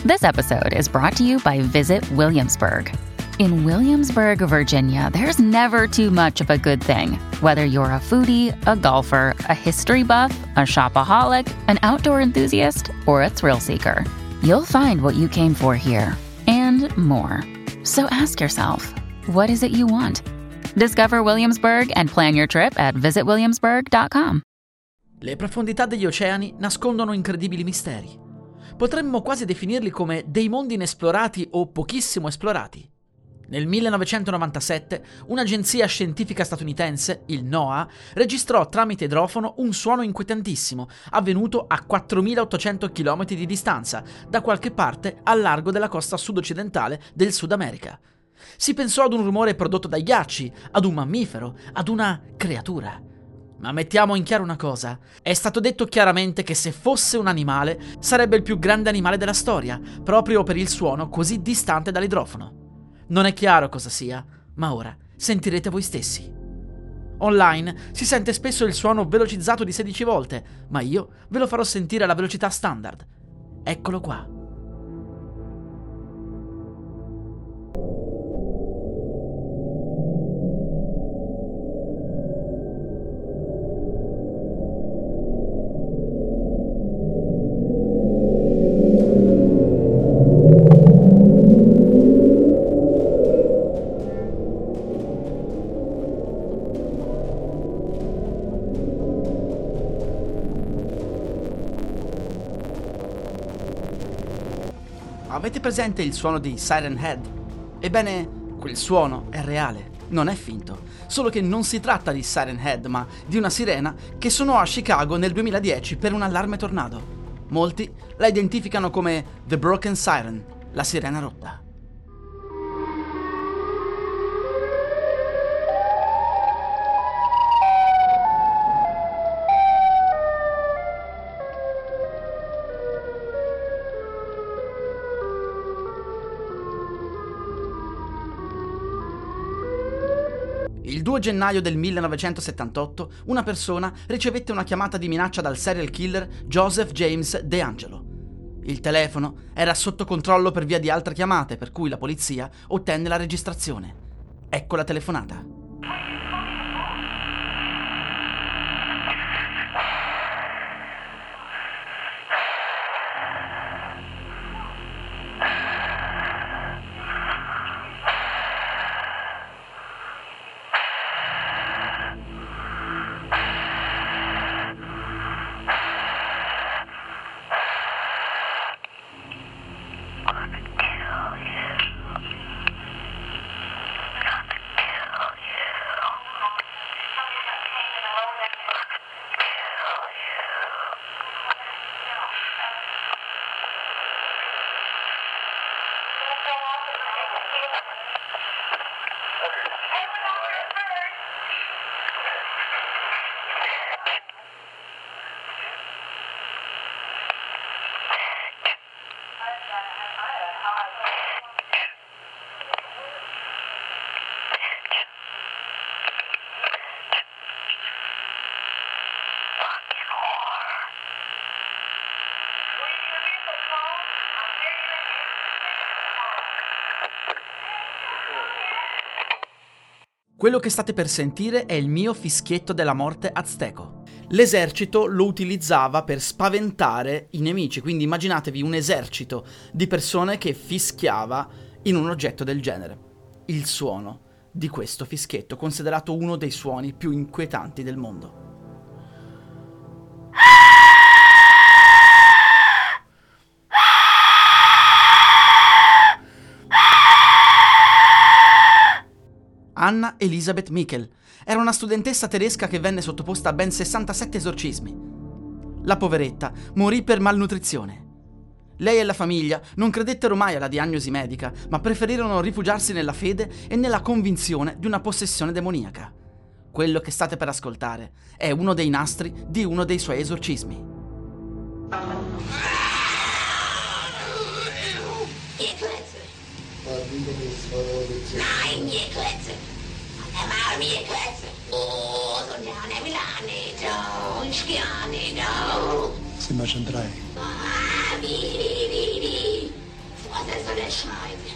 This episode is brought to you by Visit Williamsburg. In Williamsburg, Virginia, there's never too much of a good thing. Whether you're a foodie, a golfer, a history buff, a shopaholic, an outdoor enthusiast, or a thrill seeker, you'll find what you came for here and more. So ask yourself, what is it you want? Discover Williamsburg and plan your trip at visitwilliamsburg.com. Le profondità degli oceani nascondono incredibili misteri. Potremmo quasi definirli come dei mondi inesplorati o pochissimo esplorati. Nel 1997 un'agenzia scientifica statunitense, il NOAA, registrò tramite idrofono un suono inquietantissimo avvenuto a 4.800 km di distanza, da qualche parte al largo della costa sud-occidentale del Sud America. Si pensò ad un rumore prodotto dai ghiacci, ad un mammifero, ad una creatura. Ma mettiamo in chiaro una cosa: è stato detto chiaramente che se fosse un animale sarebbe il più grande animale della storia, proprio per il suono così distante dall'idrofono. Non è chiaro cosa sia, ma ora sentirete voi stessi. Online si sente spesso il suono velocizzato di 16 volte, ma io ve lo farò sentire alla velocità standard. Eccolo qua. Avete presente il suono di Siren Head? Ebbene, quel suono è reale, non è finto, solo che non si tratta di Siren Head, ma di una sirena che suonò a Chicago nel 2010 per un allarme tornado. Molti la identificano come The Broken Siren, la sirena rotta. Il 2 gennaio del 1978 una persona ricevette una chiamata di minaccia dal serial killer Joseph James DeAngelo. Il telefono era sotto controllo per via di altre chiamate, per cui la polizia ottenne la registrazione. Ecco la telefonata. Quello che state per sentire è il mio fischietto della morte azteco. L'esercito lo utilizzava per spaventare i nemici, quindi immaginatevi un esercito di persone che fischiava in un oggetto del genere. Il suono di questo fischietto, considerato uno dei suoni più inquietanti del mondo. Anna Elisabeth Michel era una studentessa tedesca che venne sottoposta a ben 67 esorcismi. La poveretta morì per malnutrizione. Lei e la famiglia non credettero mai alla diagnosi medica, ma preferirono rifugiarsi nella fede e nella convinzione di una possessione demoniaca. Quello che state per ascoltare è uno dei nastri di uno dei suoi esorcismi. Nein, ihr Klötze! Mal mir Klötze! Oh, so gerne Milanito, Schianito! Siamo già 3. Schwein.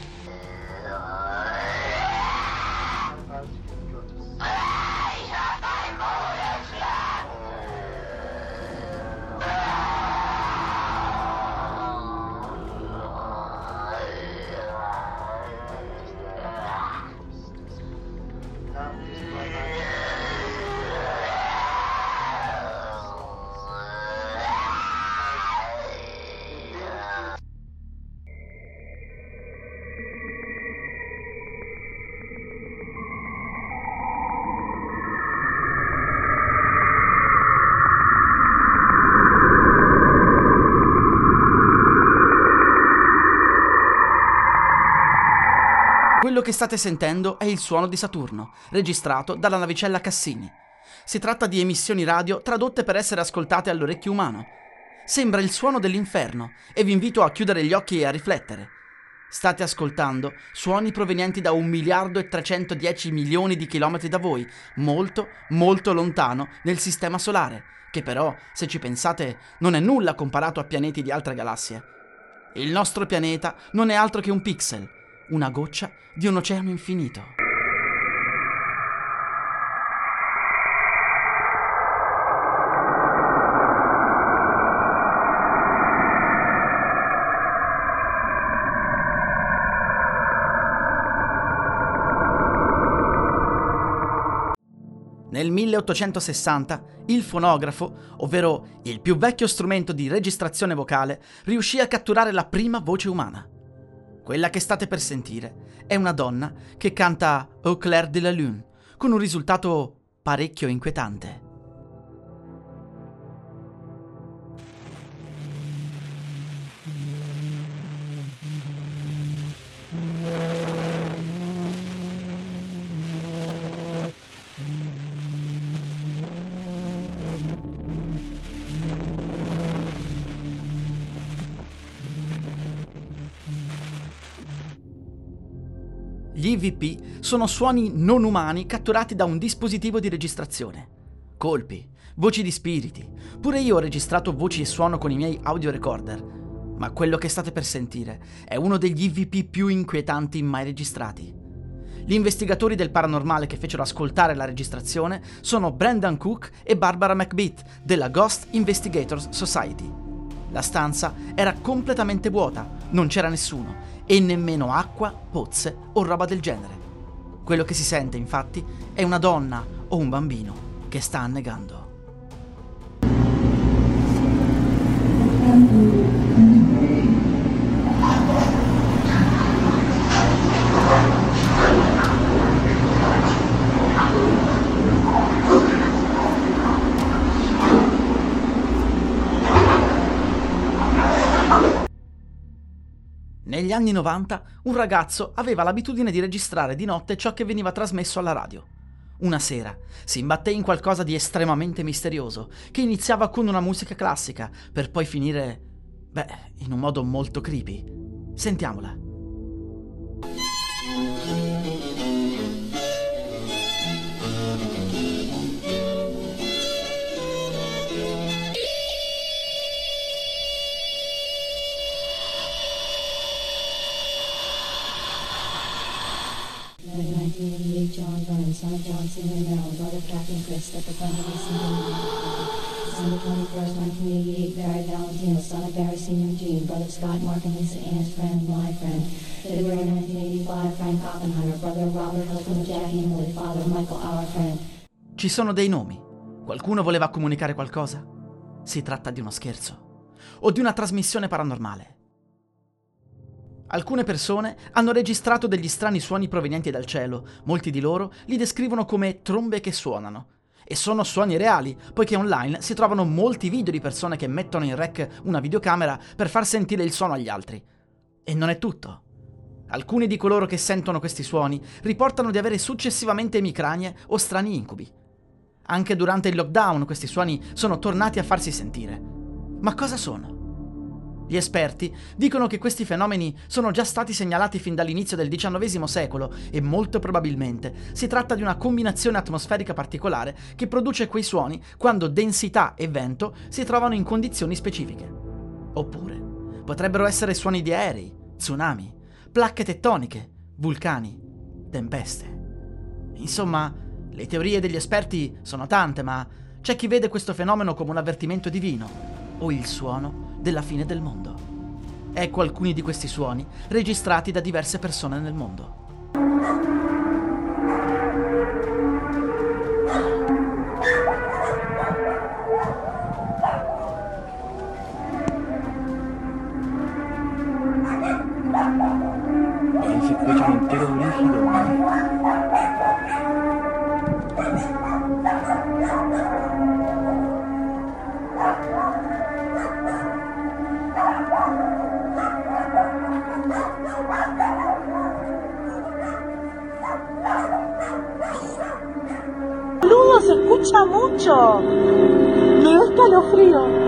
Quello che state sentendo è il suono di Saturno, registrato dalla navicella Cassini. Si tratta di emissioni radio tradotte per essere ascoltate all'orecchio umano. Sembra il suono dell'inferno e vi invito a chiudere gli occhi e a riflettere. State ascoltando suoni provenienti da 1.310.000.000 di chilometri da voi, molto, molto lontano nel sistema solare, che però, se ci pensate, non è nulla comparato a pianeti di altre galassie. Il nostro pianeta non è altro che un pixel, una goccia di un oceano infinito. Nel 1860 il fonografo, ovvero il più vecchio strumento di registrazione vocale, riuscì a catturare la prima voce umana. Quella che state per sentire è una donna che canta Au clair de la lune, con un risultato parecchio inquietante. Gli EVP sono suoni non umani catturati da un dispositivo di registrazione. Colpi, voci di spiriti. Pure io ho registrato voci e suono con i miei audio recorder, ma quello che state per sentire è uno degli EVP più inquietanti mai registrati. Gli investigatori del paranormale che fecero ascoltare la registrazione sono Brendan Cook e Barbara McBeat della Ghost Investigators Society. La stanza era completamente vuota, non c'era nessuno, e nemmeno acqua, pozze o roba del genere. Quello che si sente, infatti, è una donna o un bambino che sta annegando. Negli anni 90 un ragazzo aveva l'abitudine di registrare di notte ciò che veniva trasmesso alla radio. Una sera si imbatté in qualcosa di estremamente misterioso, che iniziava con una musica classica, per poi finire, in un modo molto creepy. Sentiamola. John Burns, son of John Senior Merrill, brother Captain Chris, that the friend of his senior December 21st, 1988, Barry Valentino, son of Barry Senior Gene, brother Scott, Mark and Lisa Ann's friend, my friend. February 1985, Frank Oppenheimer, brother Robert, husband of Jackie and Emily, father Michael, our friend. Ci sono dei nomi. Qualcuno voleva comunicare qualcosa? Si tratta di uno scherzo o di una trasmissione paranormale. Alcune persone hanno registrato degli strani suoni provenienti dal cielo, molti di loro li descrivono come trombe che suonano. E sono suoni reali, poiché online si trovano molti video di persone che mettono in rec una videocamera per far sentire il suono agli altri. E non è tutto. Alcuni di coloro che sentono questi suoni riportano di avere successivamente emicranie o strani incubi. Anche durante il lockdown questi suoni sono tornati a farsi sentire. Ma cosa sono? Gli esperti dicono che questi fenomeni sono già stati segnalati fin dall'inizio del XIX secolo e molto probabilmente si tratta di una combinazione atmosferica particolare che produce quei suoni quando densità e vento si trovano in condizioni specifiche. Oppure potrebbero essere suoni di aerei, tsunami, placche tettoniche, vulcani, tempeste. Insomma, le teorie degli esperti sono tante, ma c'è chi vede questo fenomeno come un avvertimento divino o il suono della fine del mondo. Ecco alcuni di questi suoni registrati da diverse persone nel mondo. Si escuchan enteros brígidos. Boludo, se escucha mucho. Me da escalofrío.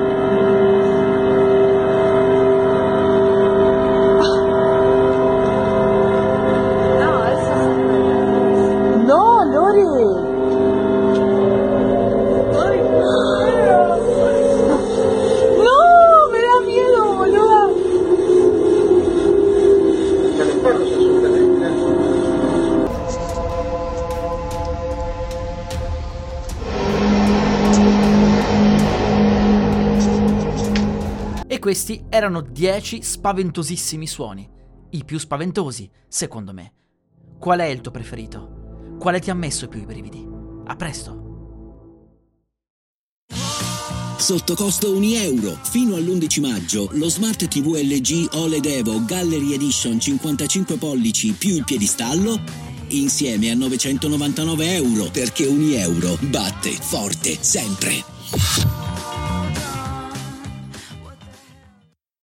E questi erano 10 spaventosissimi suoni, i più spaventosi, secondo me. Qual è il tuo preferito? Quale ti ha messo più i brividi? A presto! Sotto costo €1. Fino all'11 maggio lo Smart TV LG OLED Evo Gallery Edition 55 pollici più il piedistallo insieme a €999, perché €1 batte forte sempre.